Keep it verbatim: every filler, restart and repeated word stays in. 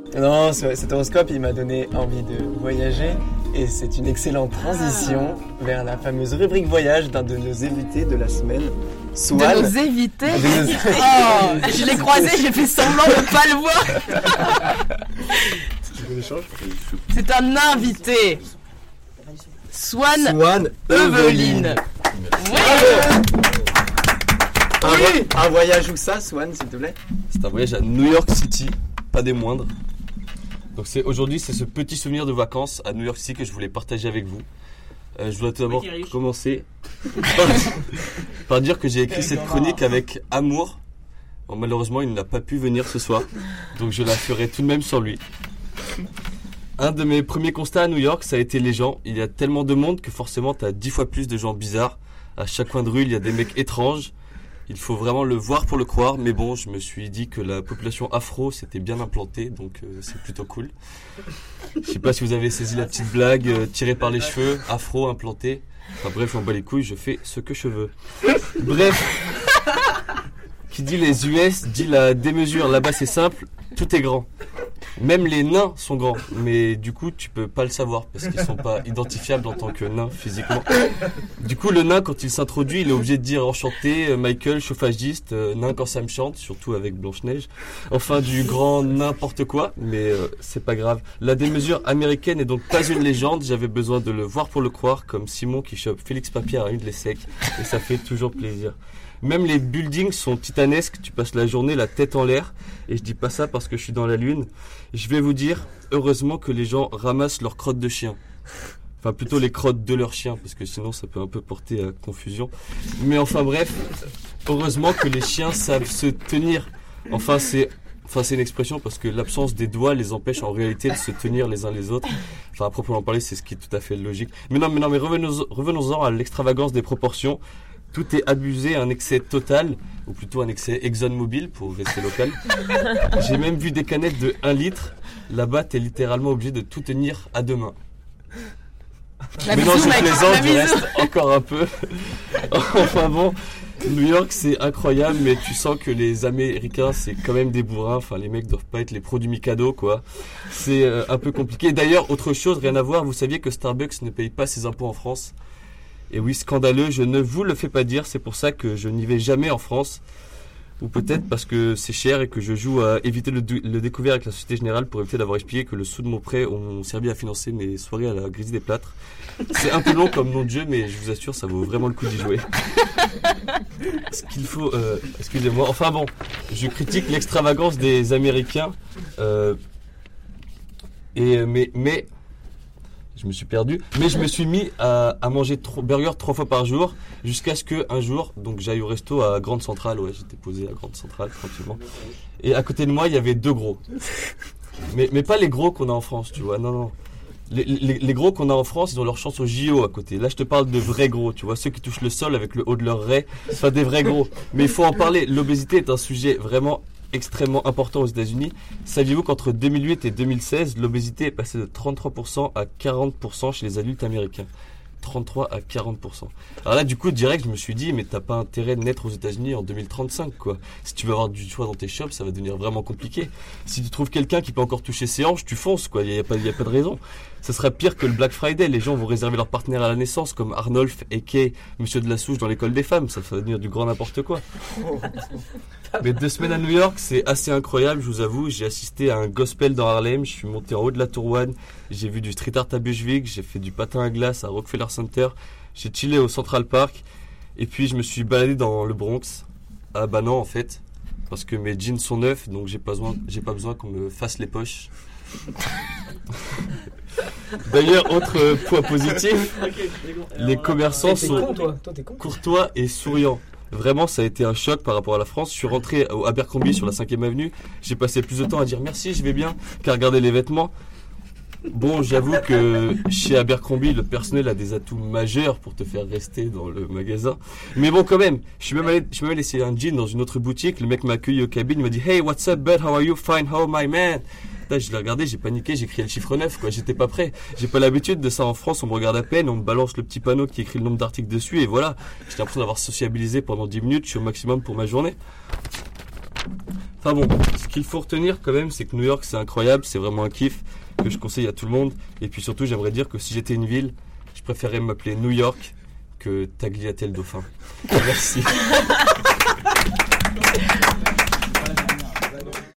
Non, ce- cet horoscope, il m'a donné envie de voyager et c'est une excellente transition vers la fameuse rubrique voyage d'un de nos invités de la semaine, Swan. De nos invités. De nos- Oh, je l'ai croisé, j'ai fait semblant de pas le voir. C'est un invité. Swan, Swan Eveline. Un, vo- un voyage où ça, Swan, s'il te plaît? C'est un voyage à New York City, pas des moindres. Donc c'est aujourd'hui, c'est ce petit souvenir de vacances à New York City que je voulais partager avec vous. Euh, je dois tout d'abord commencer par, par dire que j'ai écrit cette chronique avec amour. Bon, malheureusement, il n'a pas pu venir ce soir, donc je la ferai tout de même sans lui. Un de mes premiers constats à New York, ça a été les gens. Il y a tellement de monde que forcément, tu as dix fois plus de gens bizarres. À chaque coin de rue, il y a des mecs étranges. Il faut vraiment le voir pour le croire, mais bon, je me suis dit que la population afro s'était bien implantée, donc euh, c'est plutôt cool. Je sais pas si vous avez saisi la petite blague, euh, tirée par les cheveux, afro, implanté. Enfin bref, j'en bats les couilles, je fais ce que je veux. Bref, qui dit les U S, dit la démesure. Là-bas c'est simple, tout est grand. Même les nains sont grands, mais du coup tu peux pas le savoir parce qu'ils sont pas identifiables en tant que nains physiquement. Du coup le nain quand il s'introduit il est obligé de dire enchanté, Michael, chauffagiste, euh, nain quand ça me chante, surtout avec Blanche-Neige. Enfin du grand n'importe quoi, mais euh, c'est pas grave. La démesure américaine est donc pas une légende, j'avais besoin de le voir pour le croire, comme Simon qui chope Félix Papier à une de les secs, et ça fait toujours plaisir. Même les buildings sont titanesques, tu passes la journée la tête en l'air, et je dis pas ça parce que je suis dans la lune. Je vais vous dire, heureusement que les gens ramassent leurs crottes de chien. Enfin plutôt les crottes de leurs chiens, parce que sinon ça peut un peu porter à confusion. Mais enfin bref, heureusement que les chiens savent se tenir. Enfin c'est... Enfin, c'est une expression parce que l'absence des doigts les empêche en réalité de se tenir les uns les autres. Enfin, à proprement parler, c'est ce qui est tout à fait logique. Mais non, mais non, mais revenons, revenons-en à l'extravagance des proportions. Tout est abusé, un excès total, ou plutôt un excès ExxonMobil pour rester local. J'ai même vu des canettes de un litre. Là-bas, t'es littéralement obligé de tout tenir à deux mains. La Mais non, bisou, je mec, plaisante, la je bisou. reste encore un peu. Enfin bon, New York c'est incroyable, mais tu sens que les Américains c'est quand même des bourrins. Enfin, les mecs doivent pas être les pros du Mikado, quoi. C'est euh, un peu compliqué. D'ailleurs, autre chose, rien à voir, vous saviez que Starbucks ne paye pas ses impôts en France? Et oui, scandaleux, je ne vous le fais pas dire, c'est pour ça que je n'y vais jamais en France. Ou peut-être parce que c'est cher et que je joue à éviter le, le découvert avec la Société Générale pour éviter d'avoir expliqué que le sou de mon prêt ont servi à financer mes soirées à la Grisée des Plâtres. C'est un peu long comme nom de jeu, mais je vous assure, ça vaut vraiment le coup d'y jouer. Ce qu'il faut... Euh, excusez-moi. Enfin bon, je critique l'extravagance des Américains. Euh, et, mais... mais je me suis perdu, mais je me suis mis à, à manger trois burgers trois fois par jour jusqu'à ce que un jour, donc j'aille au resto à Grande Centrale. Ouais, j'étais posé à Grande Centrale tranquillement. Et à côté de moi, il y avait deux gros. Mais mais pas les gros qu'on a en France, tu vois. Non non. Les, les, les gros qu'on a en France, ils ont leur chance au J O à côté. Là, je te parle de vrais gros, tu vois, ceux qui touchent le sol avec le haut de leur raie, enfin des vrais gros. Mais il faut en parler. L'obésité est un sujet vraiment extrêmement important aux États-Unis. Saviez-vous qu'entre deux mille huit et deux mille seize, l'obésité est passée de trente-trois pour cent à quarante pour cent chez les adultes américains? trente-trois à quarante pour cent. Alors là, du coup, direct, je me suis dit, mais t'as pas intérêt de naître aux États-Unis en deux mille trente-cinq, quoi. Si tu veux avoir du choix dans tes shops, ça va devenir vraiment compliqué. Si tu trouves quelqu'un qui peut encore toucher ses hanches, tu fonces, quoi. Il y a pas, y a pas de raison. Ça serait pire que le Black Friday. Les gens vont réserver leur partenaire à la naissance, comme Arnolphe, a k a. Monsieur de la Souche dans l'école des femmes. Ça va devenir du grand n'importe quoi. Mais deux semaines à New York, c'est assez incroyable, je vous avoue. J'ai assisté à un gospel dans Harlem. Je suis monté en haut de la Tour One. J'ai vu du street art à Bushwick. J'ai fait du patin à glace à Rockefeller Center. J'ai chillé au Central Park. Et puis, je me suis baladé dans le Bronx. Ah bah non, en fait. Parce que mes jeans sont neufs, donc j'ai pas besoin, j'ai pas besoin qu'on me fasse les poches. D'ailleurs, autre point positif, les commerçants sont courtois et souriants. Vraiment, ça a été un choc par rapport à la France. Je suis rentré à Abercrombie sur la cinquième avenue. J'ai passé plus de temps à dire merci, je vais bien, qu'à regarder les vêtements. Bon, j'avoue que chez Abercrombie, le personnel a des atouts majeurs pour te faire rester dans le magasin. Mais bon, quand même, je suis même allé, je suis même allé essayer un jean dans une autre boutique. Le mec m'a accueilli au cabine, il m'a dit « Hey, what's up, bud? How are you? Fine, how my man? » Là, je l'ai regardé, j'ai paniqué, j'ai crié le chiffre neuf, quoi. J'étais pas prêt. J'ai pas l'habitude de ça en France, on me regarde à peine, on me balance le petit panneau qui écrit le nombre d'articles dessus, et voilà. J'ai l'impression d'avoir sociabilisé pendant dix minutes, je suis au maximum pour ma journée. Enfin bon, ce qu'il faut retenir quand même, c'est que New York, c'est incroyable, c'est vraiment un kiff que je conseille à tout le monde. Et puis surtout, j'aimerais dire que si j'étais une ville, je préférerais m'appeler New York que Tagliatelle Dauphin. Merci.